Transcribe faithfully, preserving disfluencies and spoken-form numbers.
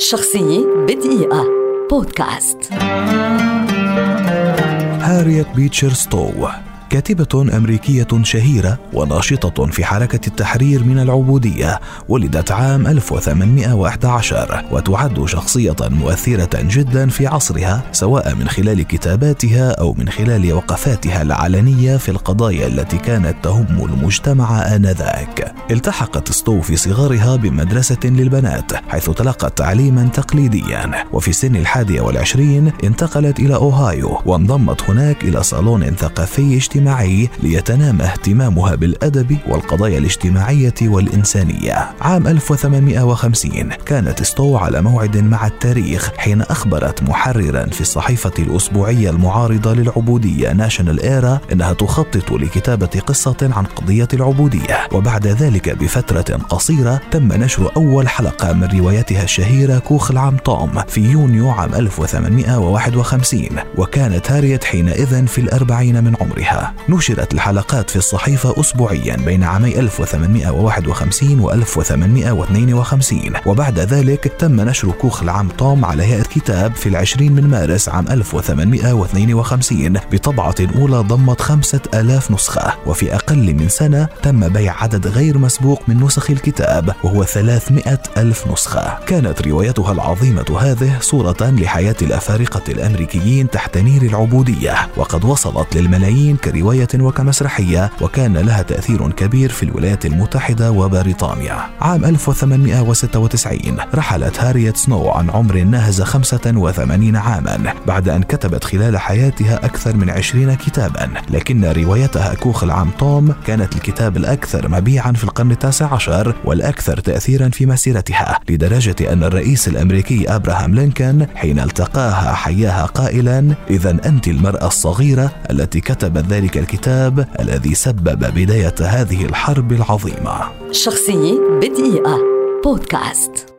شخصية بدقيقة بودكاست. هاريت بيتشر ستو كاتبة أمريكية شهيرة وناشطة في حركة التحرير من العبودية. ولدت عام ألف وثمانمائة وأحد عشر وتعد شخصية مؤثرة جدا في عصرها، سواء من خلال كتاباتها أو من خلال وقفاتها العلنية في القضايا التي كانت تهم المجتمع آنذاك. التحقت ستو في صغرها بمدرسة للبنات حيث تلقت تعليما تقليديا، وفي سن الحادية والعشرين انتقلت إلى أوهايو وانضمت هناك إلى صالون ثقافي اجتماعي ليتنامى اهتمامها بالأدب والقضايا الاجتماعية والإنسانية. عام ألف وثمانمائة وخمسين كانت ستو على موعد مع التاريخ حين أخبرت محررا في الصحيفة الأسبوعية المعارضة للعبودية ناشونال إيرا أنها تخطط لكتابة قصة عن قضية العبودية. وبعد ذلك بفترة قصيرة تم نشر أول حلقة من روايتها الشهيرة كوخ العم توم في يونيو عام ألف وثمانمائة وواحد وخمسين، وكانت هاريت حينئذ في الأربعين من عمرها. نشرت الحلقات في الصحيفة أسبوعيا بين عامي ألف وثمانمائة وواحد وخمسين و ألف وثمانمائة واثنين وخمسين، وبعد ذلك تم نشر كوخ العم توم على هيئة كتاب في العشرين من مارس عام ألف وثمانمائة واثنين وخمسين بطبعة أولى ضمت خمسة آلاف نسخة. وفي أقل من سنة تم بيع عدد غير مسبوق من نسخ الكتاب وهو ثلاثمائة ألف نسخة. كانت روايتها العظيمة هذه صورة لحياة الأفارقة الأمريكيين تحت نير العبودية، وقد وصلت للملايين كرواية وكمسرحية، وكان لها تأثير كبير في الولايات المتحدة وبريطانيا. عام ألف وثمانمائة وستة وتسعين رحلت هاريت سنو عن عمر ناهز خمسة وثمانين عاما بعد أن كتبت خلال حياتها أكثر من عشرين كتابا، لكن روايتها كوخ العم توم كانت الكتاب الأكثر مبيعا في القرن التاسع عشر والأكثر تأثيرا في مسيرتها، لدرجة أن الرئيس الأمريكي أبراهام لينكولن حين التقاها حياها قائلا: إذن أنت المرأة الصغيرة التي كتبت ذلك الكتاب الذي سبب بداية هذه الحرب العظيمة. شخصية بدقيقة بودكاست.